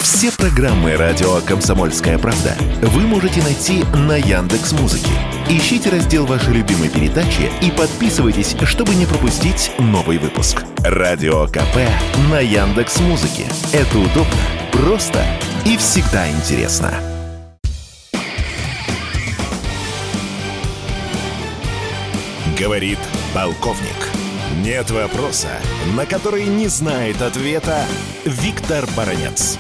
Все программы радио «Комсомольская правда» вы можете найти на Яндекс.Музыке. Ищите раздел вашей любимой передачи и подписывайтесь, чтобы не пропустить новый выпуск. Радио КП на Яндекс.Музыке. Это удобно, просто и всегда интересно. Говорит полковник. Нет вопроса, на который не знает ответа Виктор Баранец.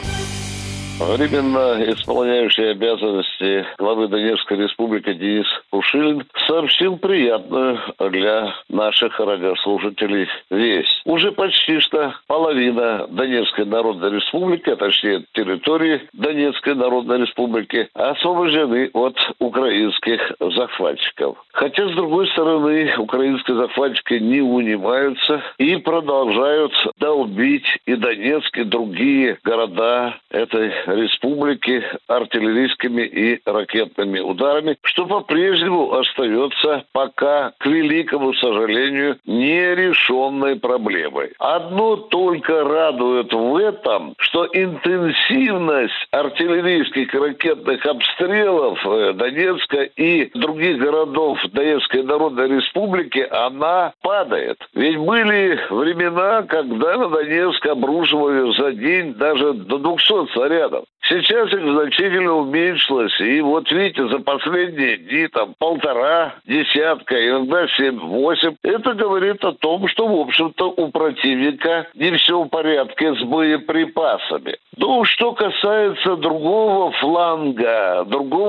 Временно исполняющий обязанности главы Донецкой республики Денис Пушилин сообщил приятную для наших радиослушателей весть. Уже почти что половина Донецкой Народной Республики, а точнее территории Донецкой Народной Республики, освобождены от украинских захватчиков. Хотя, с другой стороны, украинские захватчики не унимаются и продолжают долбить и Донецк, и другие города этой республики артиллерийскими и ракетными ударами, что по-прежнему остается пока, к великому сожалению, нерешенной проблемой. Одно только радует в этом, что интенсивность артиллерийских и ракетных обстрелов Донецка и других городов Донецкой Народной Республики, она падает. Ведь были времена, когда на Донецк обрушивали за день даже до 200 снарядов. Сейчас их значительно уменьшилось. И вот видите, за последние дни там 1,5 десятка, иногда 7-8. Это говорит о том, что, в общем-то, у противника не все в порядке с боеприпасами. Ну, что касается другого фланга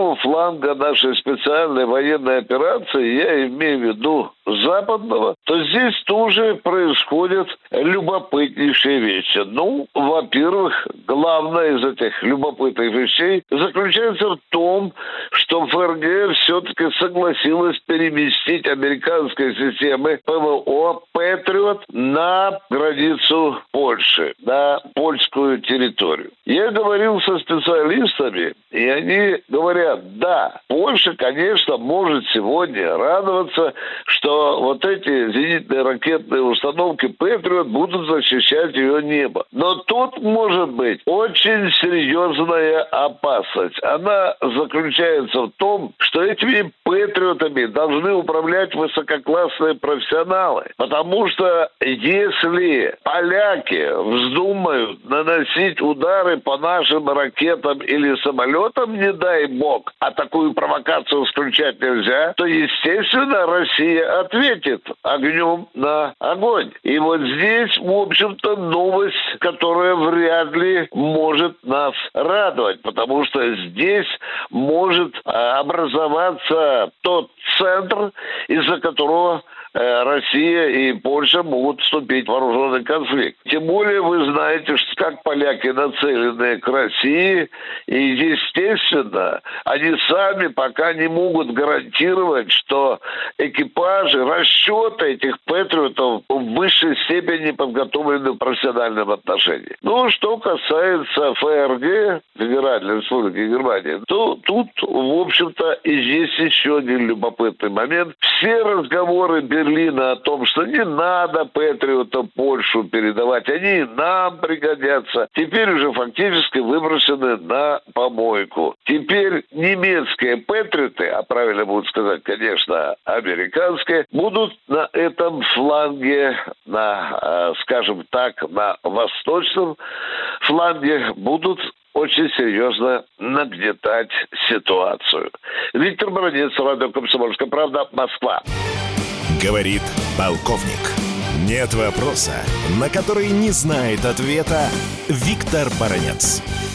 нашей специальной военной операции, я имею в виду западного, то здесь тоже происходят любопытнейшие вещи. Ну, во-первых, главное из этих любопытных вещей заключается в том, что ФРГ все-таки согласилась переместить американские системы ПВО «Патриот» на границу Польши, на польскую территорию. Я говорил со специалистами, и они говорят, да, Польша, конечно, может сегодня радоваться, что вот эти зенитные ракетные установки «Патриот» будут защищать ее небо. Но тут может быть очень серьезная опасность. Она заключается в том, что этими «Патриотами» должны управлять высококлассные профессионалы. Потому что если поляки вздумают наносить удары по нашим ракетам или самолетам, не дай бог, а такую провокацию исключать нельзя, то, естественно, Россия ответит огнем на огонь. И вот здесь, в общем-то, новость, которая вряд ли может нас радовать, потому что здесь может образоваться тот центр, из-за которого Россия и Польша могут вступить в вооруженный конфликт. Тем более вы знаете, что как поляки нацелены к России, и, естественно, они сами пока не могут гарантировать, что экипажи, расчеты этих «Патриотов» в высшей степени подготовлены в профессиональном отношении. Ну, что касается ФРГ, Федеральной Республики Германии, то тут, в общем-то, и есть еще один любопытный момент. Все разговоры Берлина о том, что не надо «Патриотам» Польшу передавать, они и нам пригодятся, теперь уже фактически выброшены на помойку. Теперь немецкие «Патриоты», а правильно будет сказать, конечно, американские, будут на этом фланге, скажем так, на восточном фланге, будут очень серьезно нагнетать ситуацию. Виктор Баранец, радио «Комсомольская правда», Москва. Говорит полковник. Нет вопроса, на который не знает ответа Виктор Баранец.